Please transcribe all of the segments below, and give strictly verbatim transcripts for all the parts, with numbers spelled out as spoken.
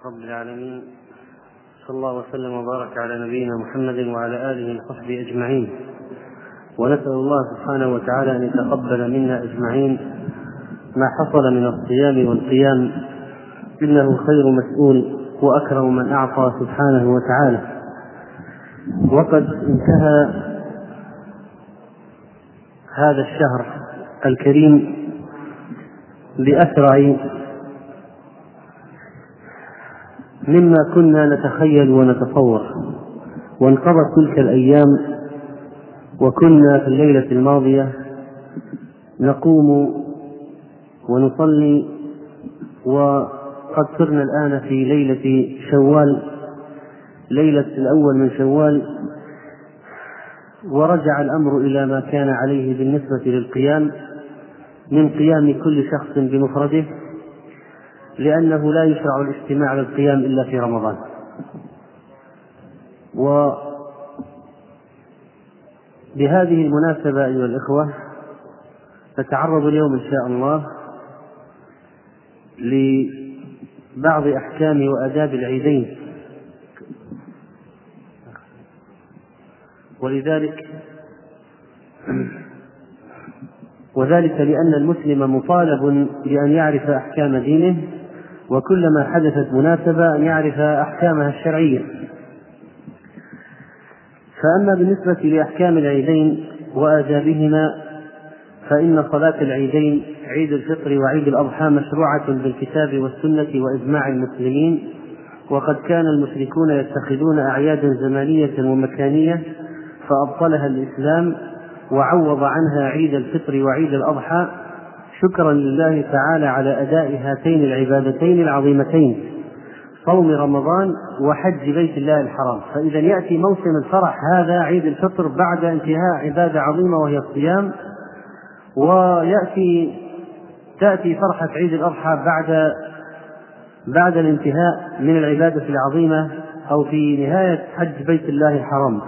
رب العالمين، صلى الله وسلم وبارك على نبينا محمد وعلى آله وصحبه أجمعين. ونسأل الله سبحانه وتعالى أن يتقبل منا أجمعين ما حصل من الصيام والقيام، إنه خير مسؤول وأكرم من أعطى سبحانه وتعالى. وقد انتهى هذا الشهر الكريم بأسرع مما كنا نتخيل ونتصور، وانقضت تلك الأيام وكنا في الليلة الماضية نقوم ونصلي، وقد صرنا الآن في ليلة شوال، ليلة الأول من شوال، ورجع الأمر إلى ما كان عليه بالنسبة للقيام من قيام كل شخص بمفرده، لأنه لا يشرع الاجتماع للقيام إلا في رمضان. وبهذه المناسبة أيها الإخوة نتعرض اليوم إن شاء الله لبعض أحكام وآداب العيدين، ولذلك وذلك لأن المسلم مطالب بأن يعرف أحكام دينه، وكلما حدثت مناسبة أن يعرف أحكامها الشرعية. فأما بالنسبة لأحكام العيدين وآدابهما، فإن صلاة العيدين عيد الفطر وعيد الأضحى مشروعة بالكتاب والسنة وإجماع المسلمين، وقد كان المشركون يتخذون أعيادا زمانية ومكانية فأبطلها الإسلام وعوض عنها عيد الفطر وعيد الأضحى، شكرا لله تعالى على أداء هاتين العبادتين العظيمتين، صوم رمضان وحج بيت الله الحرام. فإذا يأتي موسم الفرح هذا عيد الفطر بعد انتهاء عبادة عظيمة وهي الصيام، ويأتي تأتي فرحة عيد الأضحى بعد بعد الانتهاء من العبادة العظيمة أو في نهاية حج بيت الله الحرام.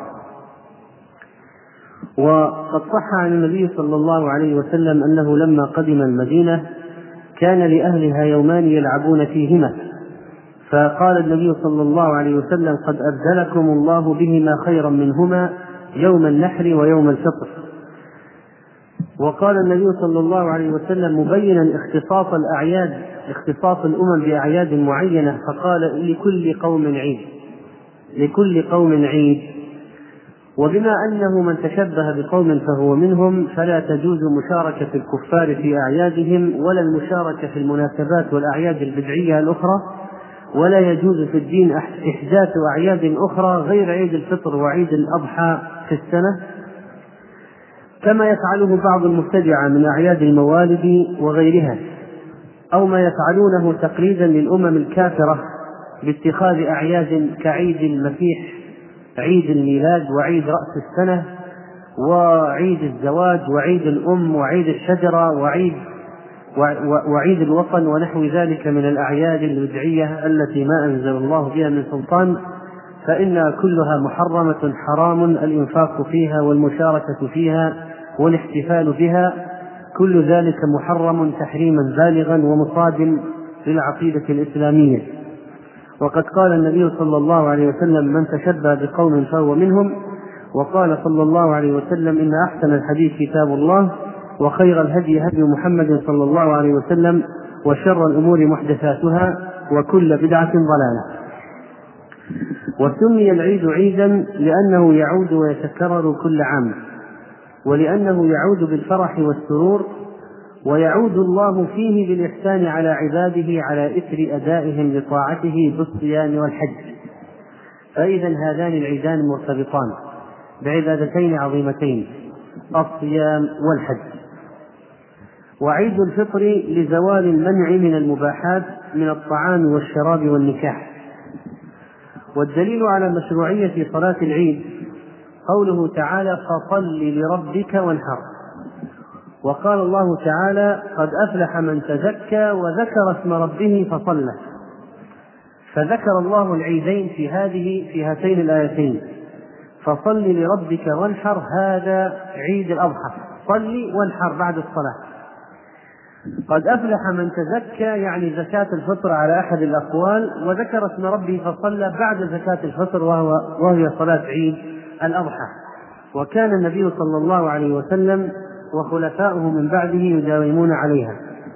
وقد صح عن النبي صلى الله عليه وسلم أنه لما قدم المدينة كان لأهلها يومان يلعبون فيهما، فقال النبي صلى الله عليه وسلم: قد أبدلكم الله بهما خيرا منهما يوم النحر ويوم الفطر. وقال النبي صلى الله عليه وسلم مبينا اختصاص الأعياد اختصاص الأمم بأعياد معينة، فقال: لكل قوم عيد لكل قوم عيد. وبما أنه من تشبه بقوم فهو منهم، فلا تجوز مشاركة الكفار في أعيادهم ولا المشاركة في المناسبات والأعياد البدعية الأخرى، ولا يجوز في الدين إحداث أعياد أخرى غير عيد الفطر وعيد الأضحى في السنة، كما يفعله بعض المبتدعة من أعياد الموالد وغيرها، أو ما يفعلونه تقليدا للأمم الكافرة باتخاذ أعياد كعيد المسيح، عيد الميلاد وعيد رأس السنة وعيد الزواج وعيد الأم وعيد الشجرة وعيد وعيد الوطن ونحو ذلك من الأعياد البدعية التي ما أنزل الله بها من سلطان، فإنها كلها محرمة حرام الإنفاق فيها والمشاركة فيها والاحتفال بها، كل ذلك محرم تحريما بالغا ومصادم للعقيدة الإسلامية. وقد قال النبي صلى الله عليه وسلم: من تشبه بقوم فهو منهم. وقال صلى الله عليه وسلم: إن أحسن الحديث كتاب الله، وخير الهدي هدي محمد صلى الله عليه وسلم، وشر الأمور محدثاتها، وكل بدعة ضلالة. وسمي العيد عيدا لأنه يعود ويتكرر كل عام، ولأنه يعود بالفرح والسرور، ويعود الله فيه بالإحسان على عباده على إثر أدائهم لطاعته بالصيام والحج. فإذا هذان العيدان مرتبطان بعبادتين عظيمتين، الصيام والحج. وعيد الفطر لزوال المنع من المباحات من الطعام والشراب والنكاح. والدليل على مشروعية صلاة العيد قوله تعالى: فصل لربك وانحر. وقال الله تعالى: قد أفلح من تزكى وذكر اسم ربه فصلى. فذكر الله العيدين في هذه في هاتين الآيتين: فصل لربك وانحر، هذا عيد الأضحى، صل وانحر بعد الصلاة. قد أفلح من تزكى يعني زكاة الفطر على أحد الأقوال، وذكر اسم ربه فصلى بعد زكاة الفطر وهو وهي صلاة عيد الأضحى. وكان النبي صلى الله عليه وسلم وخلفاؤه من بعده يداومون عليها.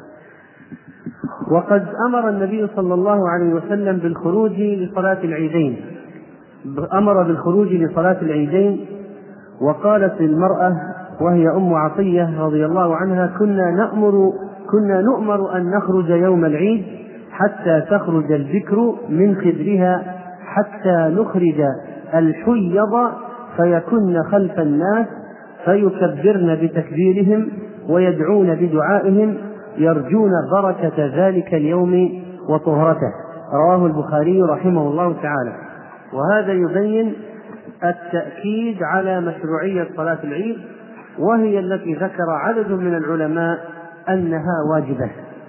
وقد أمر النبي صلى الله عليه وسلم بالخروج لصلاة العيدين أمر بالخروج لصلاة العيدين وقالت المرأة وهي أم عطية رضي الله عنها: كنا نأمر كنا نؤمر أن نخرج يوم العيد حتى تخرج البكر من خدرها حتى نخرج الحيض فيكن خلف الناس فيكبرن بتكبيرهم ويدعون بدعائهم يرجون بركة ذلك اليوم وطهرته. رواه البخاري رحمه الله تعالى. وهذا يبين التأكيد على مشروعية صلاة العيد، وهي التي ذكر عدد من العلماء أنها واجبة.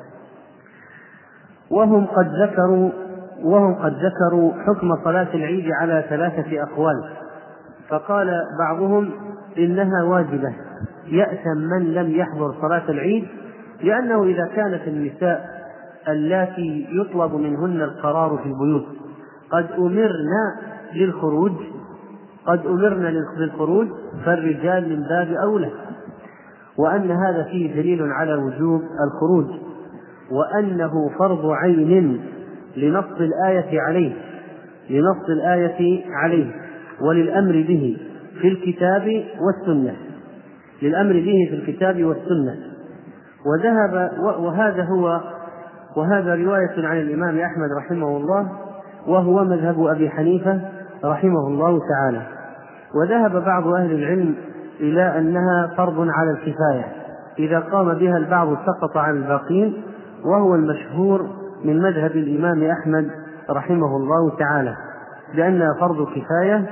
وهم قد ذكروا وهم قد ذكروا حكم صلاة العيد على ثلاثة أقوال. فقال بعضهم إنها واجبة يأثم من لم يحضر صلاة العيد، لأنه إذا كانت النساء اللاتي يطلب منهن القرار في البيوت قد أمرنا للخروج قد أمرنا للخروج فالرجال من باب أولى، وأن هذا فيه دليل على وجوب الخروج، وأنه فرض عين لنص الآية عليه لنص الآية عليه وللأمر به في الكتاب والسنة للأمر به في الكتاب والسنة وذهب وهذا هو وهذا رواية عن الإمام أحمد رحمه الله، وهو مذهب أبي حنيفة رحمه الله تعالى. وذهب بعض أهل العلم إلى أنها فرض على الكفاية، إذا قام بها البعض سقط عن الباقين، وهو المشهور من مذهب الإمام أحمد رحمه الله تعالى لأنها فرض كفاية.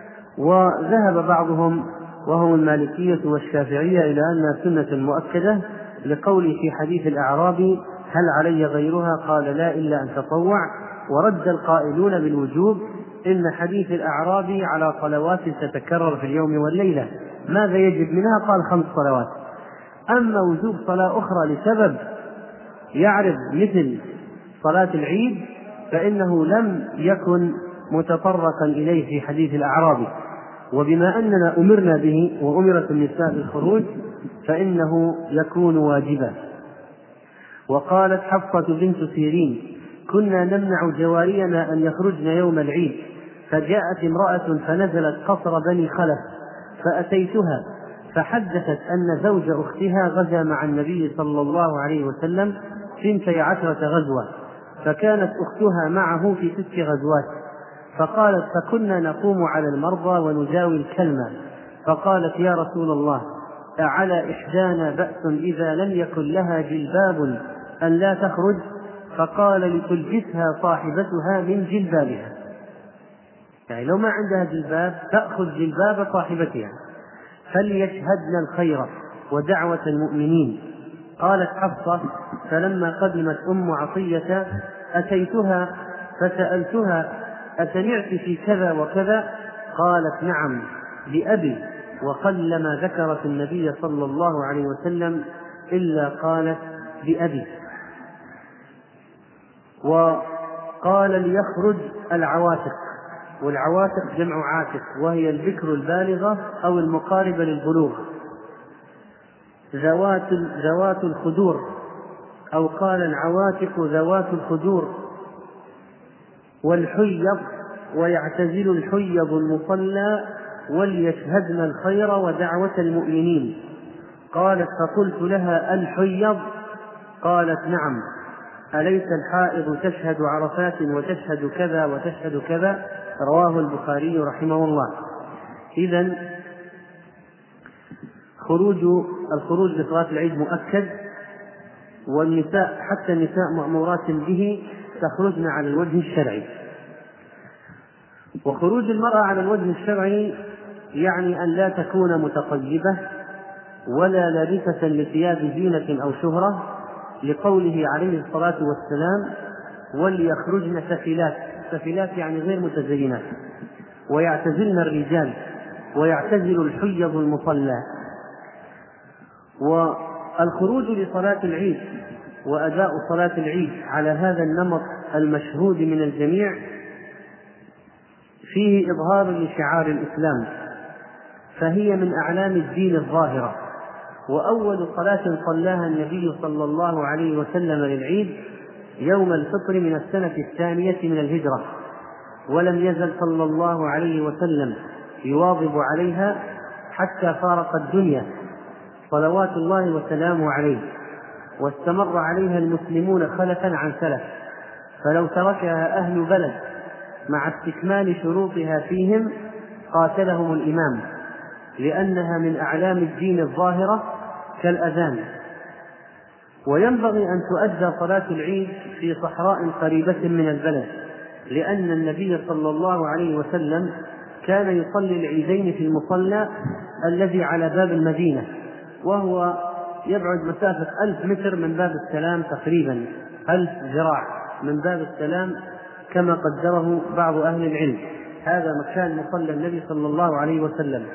وذهب بعضهم وهم المالكية والشافعية إلى أنها سنة مؤكدة، لقوله في حديث الأعرابي: هل علي غيرها؟ قال: لا إلا أن تطوع. ورد القائلون بالوجوب إن حديث الأعرابي على صلوات تتكرر في اليوم والليلة، ماذا يجب منها؟ قال: خمس صلوات. أما وجوب صلاة أخرى لسبب يعرض مثل صلاة العيد فإنه لم يكن متطرقا إليه في حديث الأعرابي، وبما أننا أمرنا به وأمرت النساء بالخروج فإنه يكون واجبا. وقالت حفصة بنت سيرين: كنا نمنع جوارينا أن يخرجن يوم العيد، فجاءت امرأة فنزلت قصر بني خلف فأتيتها فحدثت أن زوج أختها غزا مع النبي صلى الله عليه وسلم ثنتي عشرة غزوة، فكانت أختها معه في ست غزوات. فقالت: فكنا نقوم على المرضى ونداوي الكلمة، فقالت: يا رسول الله، أعلى إحدانا بأس إذا لم يكن لها جلباب أن لا تخرج؟ فقال: لتلبسها صاحبتها من جلبابها، يعني لو ما عندها جلباب تأخذ جلباب صاحبتها، فليشهدن الخير ودعوة المؤمنين. قالت حفصة: فلما قدمت أم عطية أتيتها فسألتها: أسمعت في كذا وكذا؟ قالت: نعم بأبي. وقلما ذكرت النبي صلى الله عليه وسلم إلا قالت بأبي. وقال: ليخرج العواتق، والعواتق جمع عاتق، وهي البكر البالغة أو المقاربة للبلوغ، ذوات ذوات الخدور، أو قال العواتق ذوات الخدور، والحيض، ويعتزل الحيض المصلى وليشهدن الخير ودعوة المؤمنين. قالت: فقلت لها: الحيض؟ قالت: نعم. أليس الحائض تشهد عرفات وتشهد كذا وتشهد كذا؟ رواه البخاري رحمه الله. إذن خروج الخروج لصلاة العيد مؤكد، والنساء حتى النساء مأمورات به تخرجن على الوجه الشرعي. وخروج المرأة على الوجه الشرعي يعني أن لا تكون متطيبة ولا لابسة لثياب زينة أو شهرة، لقوله عليه الصلاة والسلام: وليخرجن سفلات. سفلات يعني غير متزينات، ويعتزلن الرجال، ويعتزل الحيض المصلى. والخروج لصلاة العيد وأداء صلاة العيد على هذا النمط المشهود من الجميع فيه إظهار لشعار الإسلام، فهي من أعلام الدين الظاهرة. وأول صلاة صلاها النبي صلى الله عليه وسلم للعيد يوم الفطر من السنة الثانية من الهجرة، ولم يزل صلى الله عليه وسلم يواظب عليها حتى فارق الدنيا صلوات الله وسلامه عليه، واستمر عليها المسلمون خلفا عن سلف، فلو تركها أهل بلد مع استكمال شروطها فيهم قاتلهم الإمام، لأنها من أعلام الدين الظاهرة كالأذان. وينبغي أن تؤدى صلاة العيد في صحراء قريبة من البلد، لأن النبي صلى الله عليه وسلم كان يصلي العيدين في المصلى الذي على باب المدينة، وهو يبعد مسافة ألف متر من باب السلام، تقريبا ألف ذراع من باب السلام كما قدره بعض أهل العلم. هذا مكان مصلى النبي صلى الله عليه وسلم.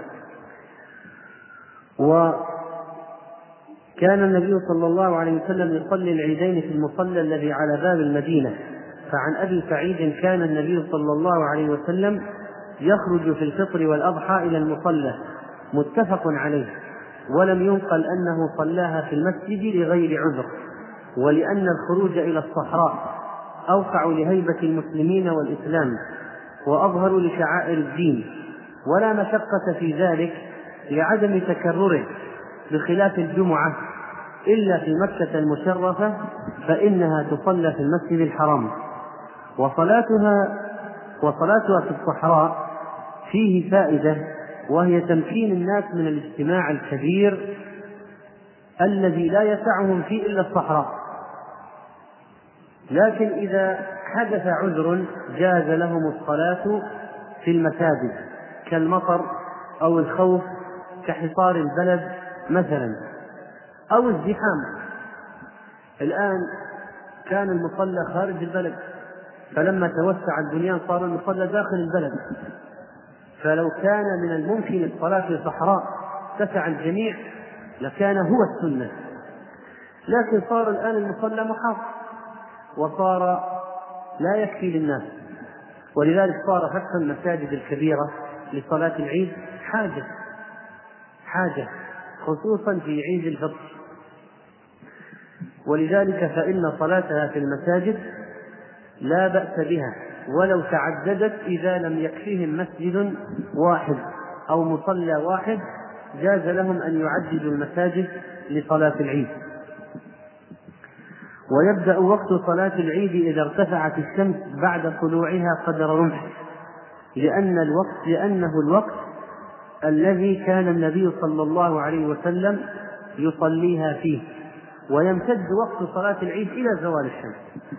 وكان النبي صلى الله عليه وسلم يصلي العيدين في المصلى الذي على باب المدينة. فعن أبي سعيد كان النبي صلى الله عليه وسلم يخرج في الفطر والأضحى إلى المصلى، متفق عليه، ولم ينقل أنه صلاها في المسجد لغير عذر، ولأن الخروج إلى الصحراء أوقع لهيبة المسلمين والإسلام وأظهر لشعائر الدين، ولا مشقة في ذلك لعدم تكرره، بخلاف الجمعة إلا في مكة المشرفة فإنها تصلى في المسجد الحرام. وصلاتها وصلاتها في الصحراء فيه فائدة، وهي تمكين الناس من الاجتماع الكبير الذي لا يسعهم فيه إلا الصحراء. لكن إذا حدث عذر جاز لهم الصلاة في المساجد كالمطر أو الخوف كحصار البلد مثلا، أو الزحام. الآن كان المصلى خارج البلد، فلما توسع البنيان صار المصلى داخل البلد، فلو كان من الممكن الصلاة في صحراء تسع الجميع لكان هو السنة، لكن صار الآن المصلى محاط وصار لا يكفي للناس، ولذلك صار فتح المساجد الكبيرة لصلاة العيد حاجة حاجة خصوصا في عيد الفطر. ولذلك فإن صلاتها في المساجد لا بأس بها ولو تعددت، إذا لم يكفيهم مسجد واحد أو مصلى واحد جاز لهم أن يعددوا المساجد لصلاة العيد. ويبدأ وقت صلاة العيد إذا ارتفعت الشمس بعد طلوعها قدر رمح، لأن الوقت لأنه الوقت الذي كان النبي صلى الله عليه وسلم يصليها فيه، ويمتد وقت صلاة العيد إلى زوال الشمس.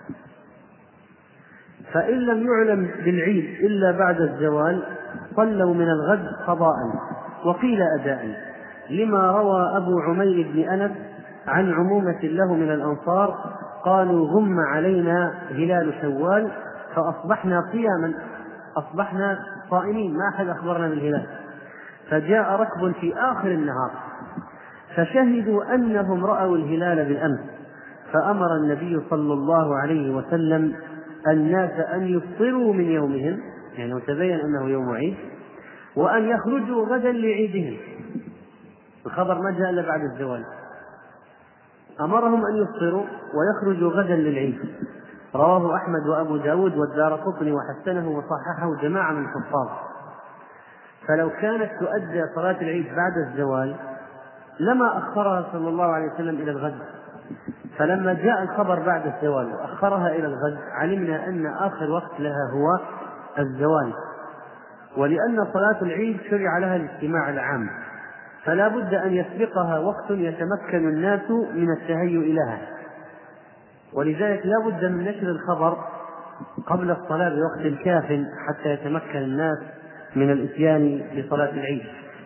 فإن لم يعلم بالعيد إلا بعد الزوال صلوا من الغد قضاء وقيل أداء، لما روى أبو عمير بن أنس عن عمومة له من الأنصار قالوا غم علينا هلال شوال فأصبحنا صياما، أصبحنا صائمين، ما أحد أخبرنا بالهلال، فجاء ركب في آخر النهار فشهدوا أنهم رأوا الهلال بالأمس، فأمر النبي صلى الله عليه وسلم الناس أن يفطروا من يومهم، يعني تبين أنه يوم عيد، وأن يخرجوا غدا لعيدهم. الخبر ما جاء إلا بعد الزوال، أمرهم أن يفطروا ويخرجوا غدا للعيد. رواه أحمد وأبو داود والدارقطني وحسنه وصححه جماعة من الحفاظ. فلو كانت تؤدى صلاة العيد بعد الزوال لما أخرها صلى الله عليه وسلم إلى الغد، فلما جاء الخبر بعد الزوال وأخرها إلى الغد علمنا أن آخر وقت لها هو الزوال. ولأن صلاة العيد شرع لها الاجتماع العام، فلا بد أن يسبقها وقت يتمكن الناس من التهيؤ لها، ولذلك لا بد من نشر الخبر قبل الصلاة بوقت كاف حتى يتمكن الناس من الإتيان لصلاة العيد.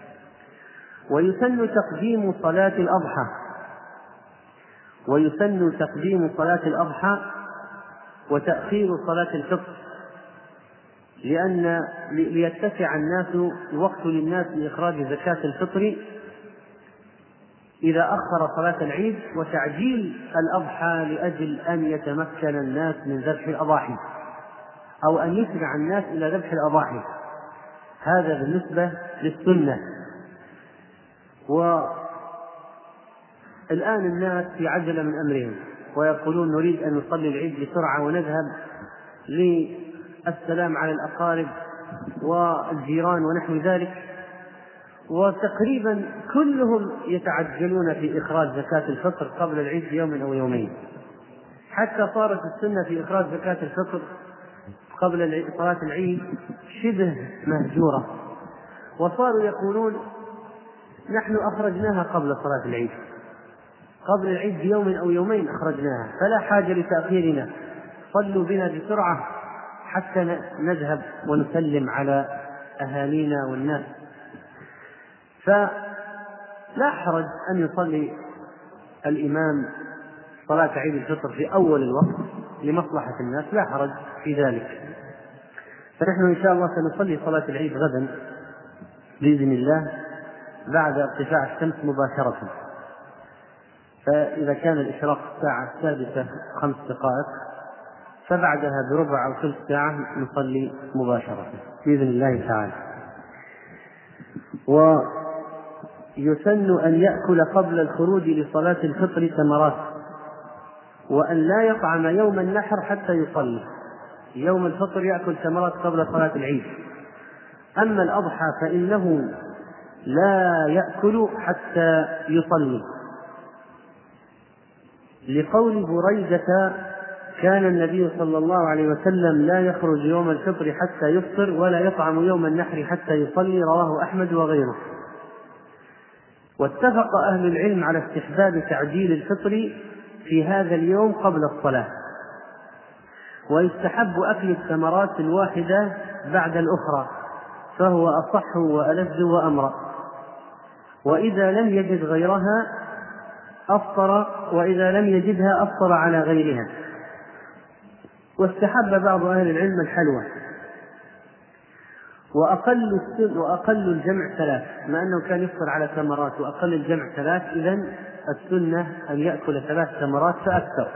ويسن تقديم صلاة الأضحى ويسن تقديم صلاة الأضحى وتأخير صلاة الفطر، لأن ليتسع الناس الوقت للناس لإخراج زكاة الفطر، إذا أخر صلاة العيد، وتعجيل الأضحى لأجل أن يتمكن الناس من ذبح الأضاحي أو أن يسرع الناس إلى ذبح الأضاحي. هذا بالنسبة للسنة. والآن الناس في عجلة من أمرهم ويقولون نريد أن نصلي العيد بسرعة ونذهب للسلام على الأقارب والجيران ونحو ذلك، وتقريبا كلهم يتعجلون في إخراج زكاة الفطر قبل العيد بيوم أو يومين، حتى صارت السنة في إخراج زكاة الفطر قبل صلاة العيد شبه مهجورة، وصاروا يقولون نحن أخرجناها قبل صلاة العيد، قبل العيد بيوم أو يومين أخرجناها، فلا حاجة لتأخيرنا، صلوا بنا بسرعة حتى نذهب ونسلم على أهالينا والناس. فلا حرج أن يصلي الإمام صلاة عيد الفطر في أول الوقت لمصلحة الناس، لا حرج في ذلك. فنحن إن شاء الله سنصلي صلاة العيد غدا بإذن الله بعد ارتفاع الشمس مباشرة، فإذا كان الإشراق الساعة السادسة خمس دقائق فبعدها بربع أو ثلث ساعة نصلي مباشرة بإذن الله تعالى. ويسن أن يأكل قبل الخروج لصلاة الفطر تمرات، وأن لا يطعم يوم النحر حتى يصلي. يوم الفطر يأكل تمرات قبل صلاة العيد، أما الأضحى فإنه لا يأكل حتى يصلي، لقول بريدة كان النبي صلى الله عليه وسلم لا يخرج يوم الفطر حتى يفطر ولا يطعم يوم النحر حتى يصلي، رواه أحمد وغيره. واتفق أهل العلم على استحباب تعجيل الفطر في هذا اليوم قبل الصلاة، ويستحب أكل الثمرات الواحدة بعد الأخرى، فهو أصح وألذ وأمرأ، وإذا لم يجد غيرها أفطر، وإذا لم يجدها أفطر على غيرها. واستحب بعض أهل العلم الحلوى. وأقل السن وأقل الجمع ثلاث، مع أنه كان يفطر على ثمرات وأقل الجمع ثلاث، إذن السنة أن يأكل ثلاث ثمرات فأكثر،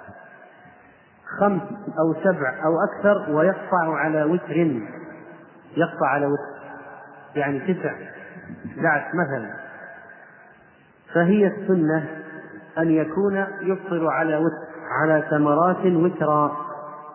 خمس أو سبع أو أكثر، ويقطع على وتر، يقطع على وتر يعني تسع دعس مثلا، فهي السنة أن يكون يفطر على وتر على ثمرات وترا.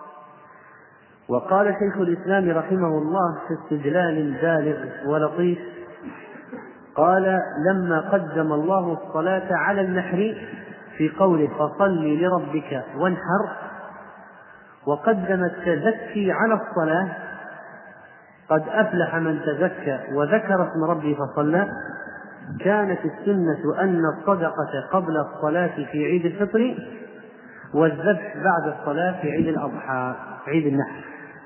وقال شيخ الإسلام رحمه الله في استدلال بالغ ولطيف، قال لما قدم الله الصلاة على النحر في قوله فصل لربك وانحر، وقدم التزكي على الصلاة قد أفلح من تزكى وذكر اسم ربه فصلى، كانت السنة أن الصدقة قبل الصلاة في عيد الفطر والذبح بعد الصلاة في عيد الأضحى عيد النحر.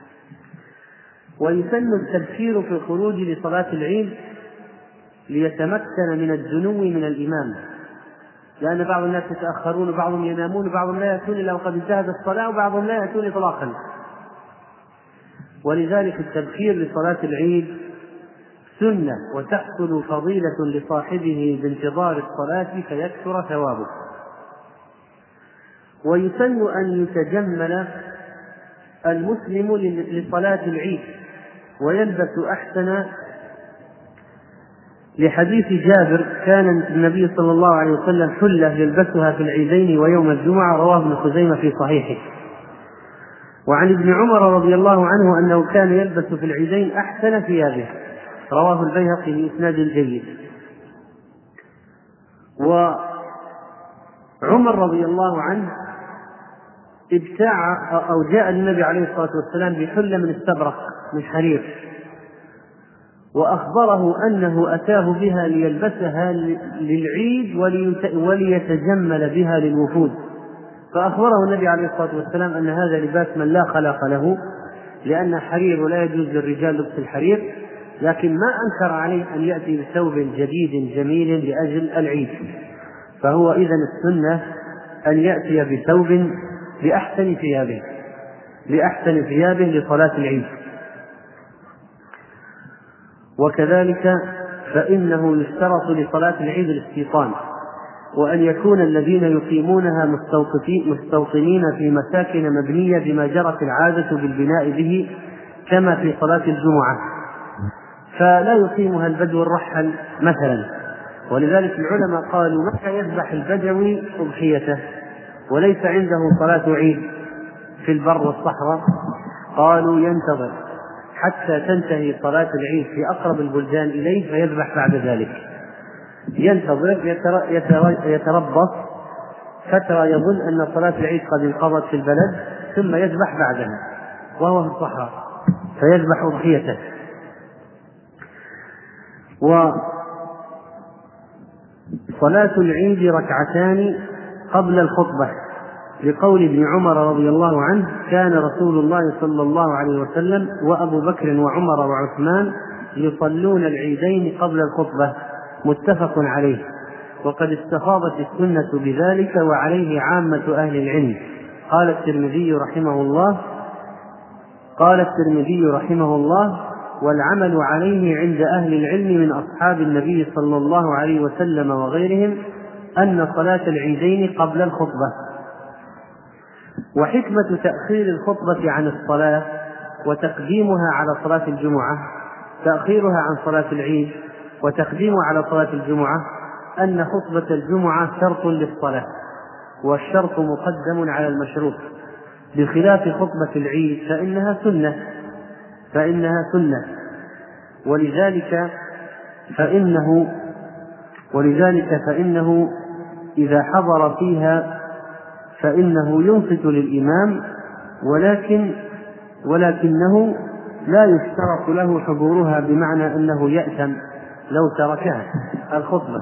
ويسن التبكير في الخروج لصلاة العيد ليتمكن من الدنو من الإمام، لأن بعض الناس يتأخرون وبعضهم ينامون وبعضهم لا يأتون إلا وقد انتهت الصلاة وبعضهم لا يأتون إطلاقا، ولذلك التبكير لصلاة العيد سنة وتحصل فضيلة لصاحبه بانتظار الصلاة فيكثر ثوابه. ويسن أن يتجمل المسلم لصلاة العيد ويلبس أحسن، لحديث جابر كان النبي صلى الله عليه وسلم حلة يلبسها في العيدين ويوم الجمعة، رواه ابن خزيمة في صحيحه. وعن ابن عمر رضي الله عنه أنه كان يلبس في العيدين أحسن ثيابه، رواه البيهقي بإسناد جيد. وعمر رضي الله عنه ابتاع أو جاء النبي عليه الصلاة والسلام بحلة من استبرق من حرير، وأخبره أنه أتاه بها ليلبسها للعيد وليتجمل بها للوفود، فأخبره النبي عليه الصلاة والسلام أن هذا لباس من لا خلاق له، لأن حرير ولا يجوز للرجال لبس الحرير، لكن ما أنكر عليه أن يأتي بثوب جديد جميل لأجل العيد، فهو إذن السنة أن يأتي بثوب لأحسن ثيابه لأحسن ثيابه لصلاة العيد. وكذلك فإنه يشترط لصلاة العيد الاستيطان، وأن يكون الذين يقيمونها مستوطنين في مساكن مبنية بما جرت العادة بالبناء به كما في صلاة الجمعة، فلا يقيمها البدو الرحل مثلا. ولذلك العلماء قالوا متى يذبح البدوي أضحيته وليس عنده صلاة عيد في البر والصحراء؟ قالوا ينتظر حتى تنتهي صلاة العيد في أقرب البلدان إليه فيذبح بعد ذلك، ينتظر يتربص فترة يظن أن صلاة العيد قد انقضت في البلد ثم يذبح بعدها وهو في الصحراء فيذبح أضحيته. وصلاة العيد ركعتان قبل الخطبة لقول ابن عمر رضي الله عنه كان رسول الله صلى الله عليه وسلم وأبو بكر وعمر وعثمان يصلون العيدين قبل الخطبة، متفق عليه. وقد استفاضت السنة بذلك وعليه عامة أهل العلم. قال الترمذي رحمه الله قال الترمذي رحمه الله والعمل عليه عند أهل العلم من أصحاب النبي صلى الله عليه وسلم وغيرهم أن صلاة العيدين قبل الخطبة. وحكمة تأخير الخطبة عن الصلاة وتقديمها على صلاة الجمعة تأخيرها عن صلاة العيد وتقديمها على صلاة الجمعة أن خطبة الجمعة شرط للصلاة، والشرط مقدم على المشروط، بخلاف خطبة العيد فإنها سنة فإنها سنة ولذلك فإنه ولذلك فإنه إذا حضر فيها فإنه ينصت للإمام، ولكن ولكنه لا يشترط له حضورها بمعنى أنه يأثم لو تركها الخطبة.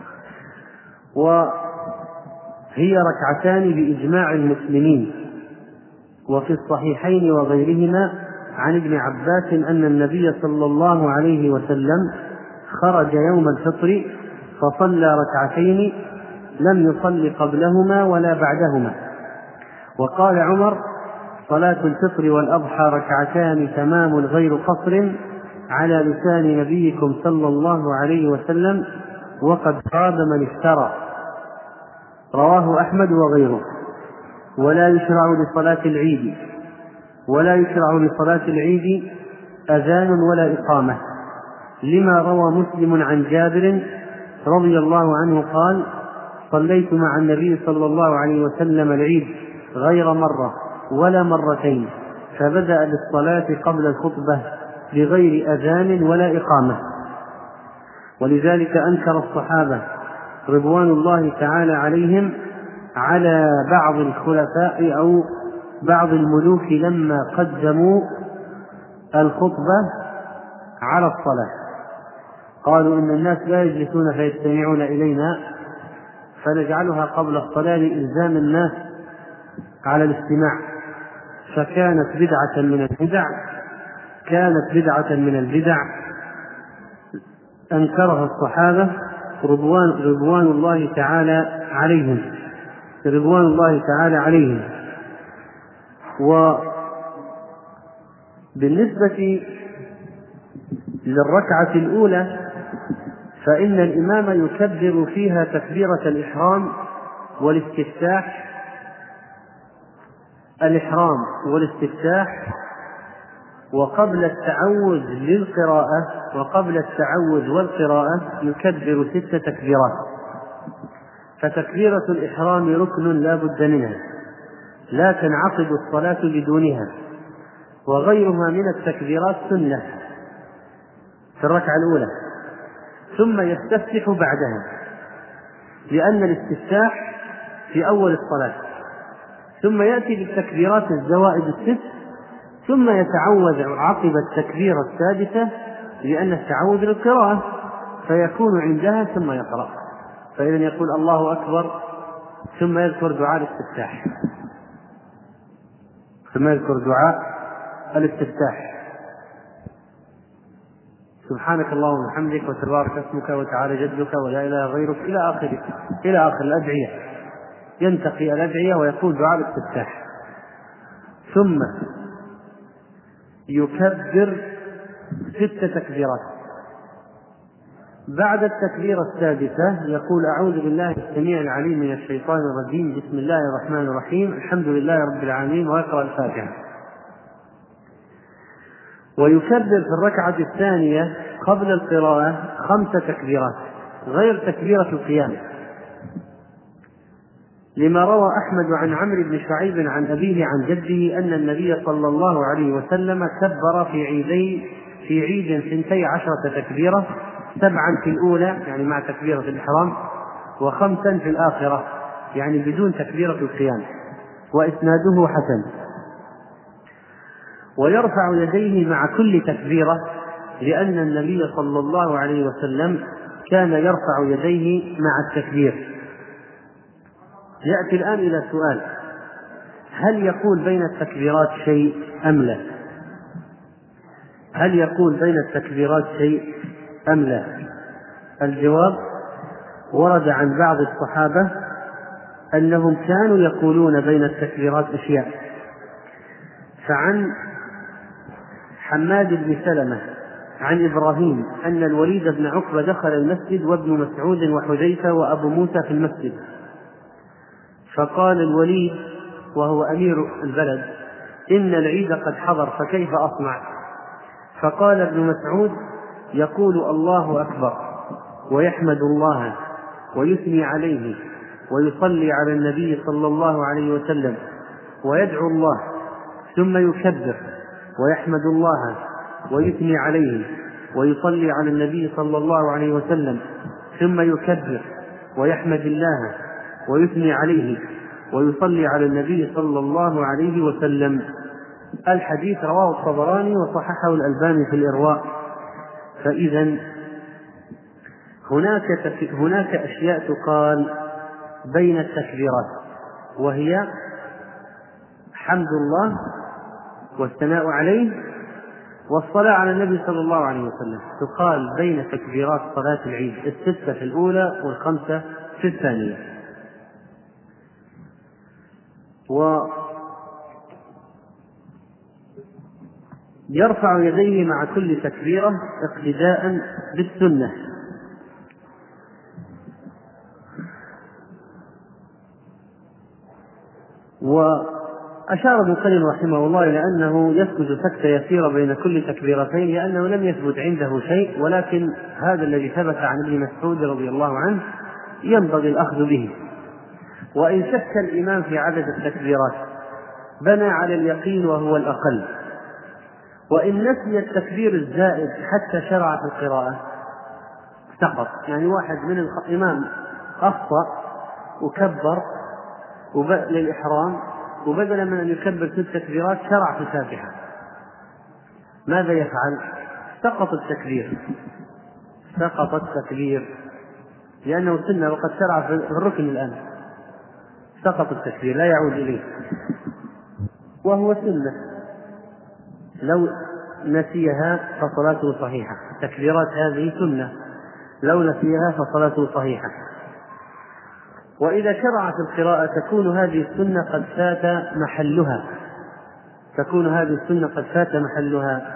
وهي ركعتان بإجماع المسلمين. وفي الصحيحين وغيرهما عن ابن عباس أن النبي صلى الله عليه وسلم خرج يوم الفطر فصلى ركعتين لم يصل قبلهما ولا بعدهما. وقال عمر صلاة الفطر والأضحى ركعتان تمام غير قصر على لسان نبيكم صلى الله عليه وسلم وقد خاب من افترى. رواه أحمد وغيره. ولا يشرع لصلاة العيد ولا يشرع لصلاة العيد أذان ولا إقامة، لما روى مسلم عن جابر رضي الله عنه قال صليت مع النبي صلى الله عليه وسلم العيد غير مرة ولا مرتين، فبدأ بالصلاة قبل الخطبة بغير أذان ولا إقامة. ولذلك أنكر الصحابة رضوان الله تعالى عليهم على بعض الخلفاء أو بعض الملوك لما قدموا الخطبة على الصلاة، قالوا إن الناس لا يجلسون فيستمعون إلينا فنجعلها قبل الصلاة لإلزام الناس على الاستماع، فكانت بدعة من البدع كانت بدعة من البدع أنكرها الصحابة رضوان, رضوان الله تعالى عليهم رضوان الله تعالى عليهم. وبالنسبة للركعة الأولى فإن الإمام يكبر فيها تكبيرة الإحرام والاستفتاح الإحرام والاستفتاح وقبل التعوذ للقراءة وقبل التعوذ والقراءة يكبر ست تكبيرات. فتكبيرة الإحرام ركن لا بد منها لا تنعقد الصلاة بدونها، وغيرها من التكبيرات سنة في الركعة الأولى، ثم يستفتح بعدها لأن الاستفتاح في أول الصلاة، ثم يأتي بالتكبيرات الزوائد الست، ثم يتعوذ عقب التكبيرة السادسة لأن التعوذ للقراءة فيكون عندها ثم يقرأ. فإذا يقول الله أكبر ثم يذكر دعاء الاستفتاح ثم يذكر دعاء الاستفتاح سبحانك اللهم وبحمدك وتبارك اسمك وتعالى جدك ولا إله غيرك إلى آخر إلى آخر الأدعية، ينتقي الأدعية ويقول دعاء الاستفتاح، ثم يكبر ست تكبيرات بعد التكبيرة السادسة يقول: أعوذ بالله السميع العليم من الشيطان الرجيم، بسم الله الرحمن الرحيم، الحمد لله رب العالمين، ويقرأ الفاتحة. ويكبر في الركعة الثانية قبل القراءة خمس تكبيرات غير تكبيرة القيام، لما روى أحمد عن عمرو بن شعيب عن أبيه عن جده أن النبي صلى الله عليه وسلم كبر في عيدين في عيد ثنتي عشرة تكبيرة، سبعا في الأولى يعني مع تكبيرة الإحرام، وخمسا في الآخرة يعني بدون تكبيرة القيام، وإسناده حسن. ويرفع يديه مع كل تكبيرة، لأن النبي صلى الله عليه وسلم كان يرفع يديه مع التكبير. يأتي الآن إلى سؤال: هل يقول بين التكبيرات شيء أم لا؟ هل يقول بين التكبيرات شيء أم لا؟ الجواب: ورد عن بعض الصحابة أنهم كانوا يقولون بين التكبيرات أشياء. فعن حماد بن سلمة عن إبراهيم أن الوليد بن عقبة دخل المسجد وابن مسعود وحذيفة وأبو موسى في المسجد، فقال الوليد وهو أمير البلد: إن العيد قد حضر فكيف أصنع؟ فقال ابن مسعود: يقول الله أكبر ويحمد الله ويثني عليه ويصلي على النبي صلى الله عليه وسلم ويدعو الله، ثم يكبر ويحمد الله ويثني عليه ويصلي على النبي صلى الله عليه وسلم، ثم يكبر ويحمد الله ويثني عليه ويصلي على النبي صلى الله عليه وسلم. الحديث رواه الطبراني وصححه الألباني في الإرواء. فإذا هناك هناك أشياء تقال بين التكبيرات، وهي حمد الله والثناء عليه والصلاة على النبي صلى الله عليه وسلم، تقال بين تكبيرات صلاة العيد الستة في الأولى والخمسة في الثانية. ويرفع يديه مع كل تكبيرة اقتداء بالسنة. وأشار ابن القيم رحمه الله إلى أنه يسكت سكتة يسيرة بين كل تكبيرتين، لأنه لم يثبت عنده شيء، ولكن هذا الذي ثبت عن ابن مسعود رضي الله عنه ينبغي الأخذ به. وإن شك الإمام في عدد التكبيرات بنى على اليقين وهو الأقل. وإن نسي التكبير الزائد حتى شرع في القراءة سقط، يعني واحد من الإمام أخطأ وكبر للإحرام، وبدلا من أن يكبر ست تكبيرات شرع في الفاتحة، ماذا يفعل؟ سقط التكبير، سقط التكبير لأنه سنة وقد شرع في الركن الآن، سقط التكبير لا يعود إليه، وهو سنة لو نسيها فصلاته صحيحة. التكبيرات هذه سنة لو نسيها فصلاته صحيحة. وإذا شرع في القراءة تكون هذه السنة قد فات محلها، تكون هذه السنة قد فات محلها.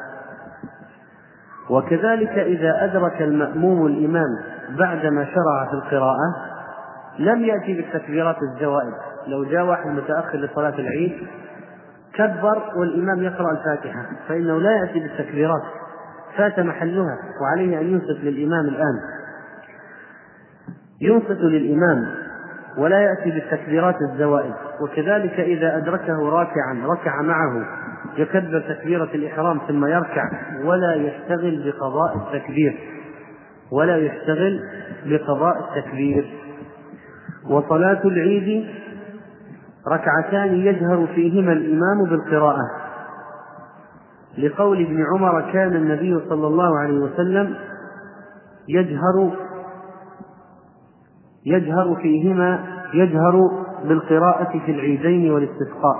وكذلك إذا أدرك المأموم الإمام بعدما شرع في القراءة لم يأتي بالتكبيرات الزوائد. لو جاء واحد متأخر لصلاة العيد كبر والإمام يقرأ الفاتحة فإنه لا يأتي بالتكبيرات، فات محلها، وعليه أن ينصت للإمام الآن، ينصت للإمام ولا يأتي بالتكبيرات الزوائد. وكذلك إذا أدركه راكعا ركع معه يكبر تكبيرة الإحرام ثم يركع ولا يشتغل بقضاء التكبير، ولا يشتغل بقضاء التكبير. وصلاة العيد ركعتان يجهر فيهما الإمام بالقراءة، لقول ابن عمر: كان النبي صلى الله عليه وسلم يجهر يجهر فيهما يجهر بالقراءة في العيدين والاستسقاء.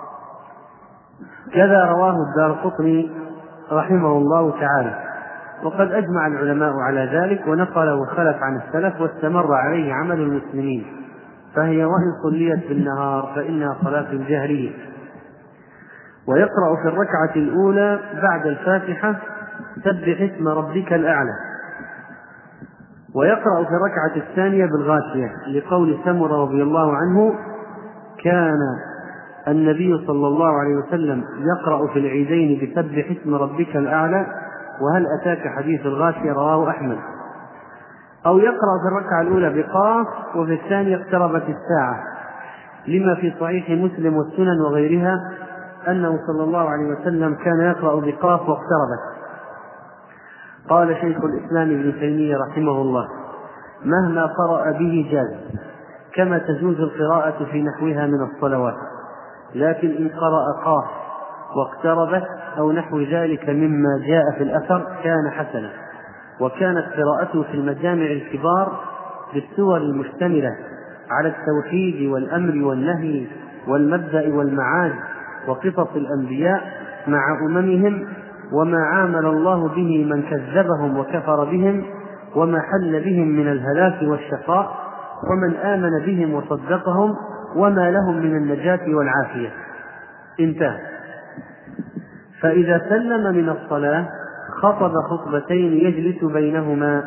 كذا رواه الدارقطني رحمه الله تعالى. وقد أجمع العلماء على ذلك ونقل وخلف عن السلف واستمر عليه عمل المسلمين، فهي وإن صليت بالنهار فإنها صلاة جهرية. ويقرأ في الركعة الأولى بعد الفاتحة: سبح اسم ربك الأعلى، ويقرأ في الركعة الثانية بالغاشية لقول سمرة رضي الله عنه: كان النبي صلى الله عليه وسلم يقرأ في العيدين بسبح اسم ربك الأعلى وهل أتاك حديث الغاشية، رواه أحمد. أو يقرأ في الركعة الأولى بقاف وفي الثانية اقتربت الساعة، لما في صحيح مسلم والسنن وغيرها أنه صلى الله عليه وسلم كان يقرأ بقاف واقتربت. قال شيخ الإسلام ابن تيمية رحمه الله: مهما قرأ به جاز، كما تجوز القراءة في نحوها من الصلوات، لكن إن قرأ قاف واقتربت أو نحو ذلك مما جاء في الأثر كان حسنا. وكانت قراءته في المجامع الكبار بالسور المشتملة على التوحيد والأمر والنهي والمبدأ والمعاد وقصص الأنبياء مع أممهم، وما عامل الله به من كذبهم وكفر بهم، وما حل بهم من الهلاك والشقاء، ومن آمن بهم وصدقهم، وما لهم من النجاة والعافية. انتهى. فإذا سلم من الصلاة خطب خطبتين يجلس بينهما.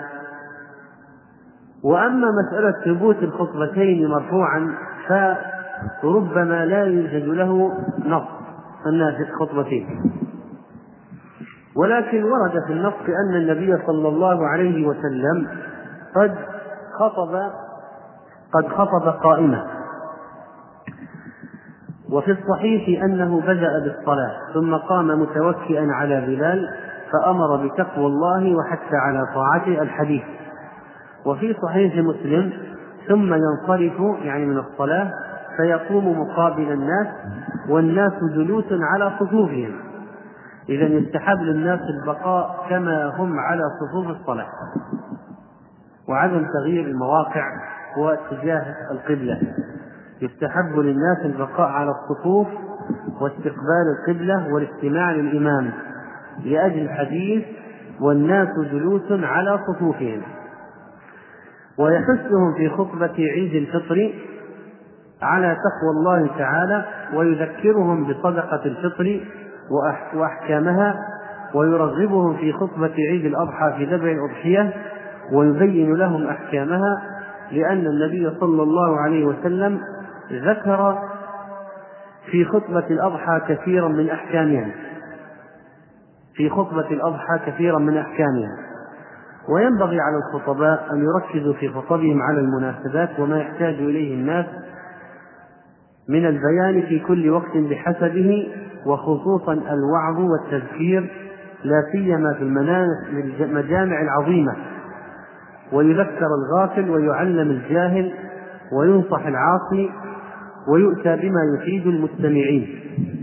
وأما مسألة ثبوت الخطبتين مرفوعا فربما لا يوجد له نص أنها في الخطبتين، ولكن ورد في النص أن النبي صلى الله عليه وسلم قد خطب قد خطب قائمة. وفي الصحيح أنه بدأ بالصلاة ثم قام متوكئا على بلال فأمر بتقوى الله وحتى على طاعته الحديث. وفي صحيح مسلم: ثم ينصرف يعني من الصلاة فيقوم مقابل الناس والناس جلوس على صفوفهم. إذا يستحب للناس البقاء كما هم على صفوف الصلاة، وعدم تغيير المواقع واتجاه القبلة. يستحب للناس البقاء على الصفوف واستقبال القبلة والاستماع للإمام لأجل الحديث والناس جلوس على صفوفهم. ويحثهم في خطبة عيد الفطر على تقوى الله تعالى، ويذكرهم بصدقة الفطر وأحكامها، ويرغبهم في خطبة عيد الأضحى في ذبح الأضحية ويبين لهم أحكامها، لأن النبي صلى الله عليه وسلم ذكر في خطبة الأضحى كثيرا من أحكامها في خطبة الأضحى كثيرا من أحكامها. وينبغي على الخطباء أن يركزوا في خطبهم على المناسبات وما يحتاج إليه الناس من البيان في كل وقت بحسبه، وخصوصا الوعظ والتذكير، لا سيما في المجامع العظيمة، ويذكر الغافل ويعلم الجاهل وينصح العاصي ويؤتى بما يفيد المستمعين.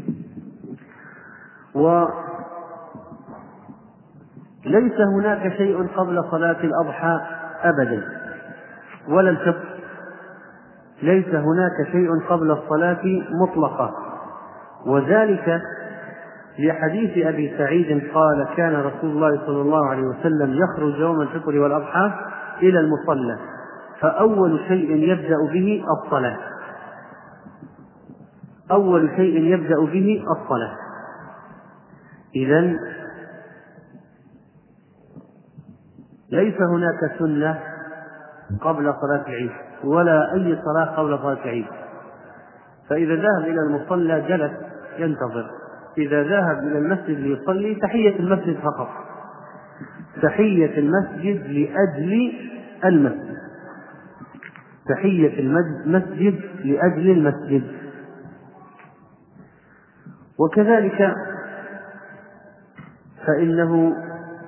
وليس هناك شيء قبل صلاة الأضحى أبدا ولا الفطر، ليس هناك شيء قبل الصلاة مطلقة، وذلك لحديث أبي سعيد قال: كان رسول الله صلى الله عليه وسلم يخرج يوم الفطر والأضحى إلى المصلى فأول شيء يبدأ به الصلاة أول شيء يبدأ به الصلاة. إذن ليس هناك سنة قبل صلاة العيد ولا أي صلاة قبل صلاة العيد. فإذا ذهب إلى المصلى جلس ينتظر، إذا ذهب إلى المسجد ليصلي تحية المسجد فقط، تحية المسجد لأجل المسجد تحية المسجد لأجل المسجد. وكذلك فإنه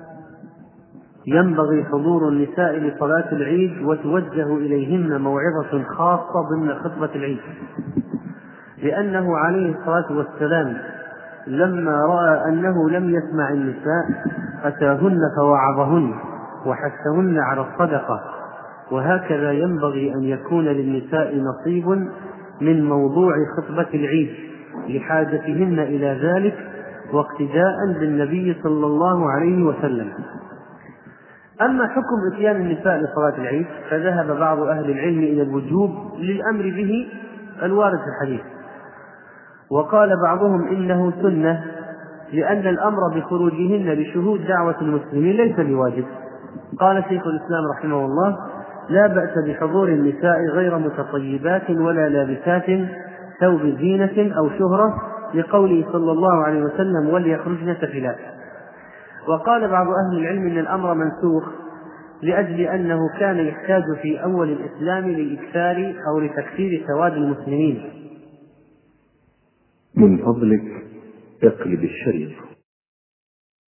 ينبغي حضور النساء لصلاة العيد وتوجه إليهن موعظة خاصة ضمن خطبة العيد، لأنه عليه الصلاة والسلام لما رأى أنه لم يسمع النساء أتاهن فوعظهن وحثهن على الصدقة. وهكذا ينبغي أن يكون للنساء نصيب من موضوع خطبة العيد لحاجتهن إلى ذلك واقتداء بالنبي صلى الله عليه وسلم. أما حكم إتيان النساء لصلاة العيد فذهب بعض أهل العلم إلى الوجوب للأمر به الوارد في الحديث، وقال بعضهم إنه سنة، لأن الأمر بخروجهن لشهود دعوة المسلمين ليس بواجب، قال شيخ الإسلام رحمه الله: لا بأس بحضور النساء غير متطيبات ولا لابسات ثوب زينة أو شهرة، لقوله صلى الله عليه وسلم: وليخرجن سفلات. وقال بعض أهل العلم إن الأمر منسوخ لأجل أنه كان يحتاج في أول الإسلام للإكثار أو لتكثير سواد المسلمين. من فضلك اقلب الشريط.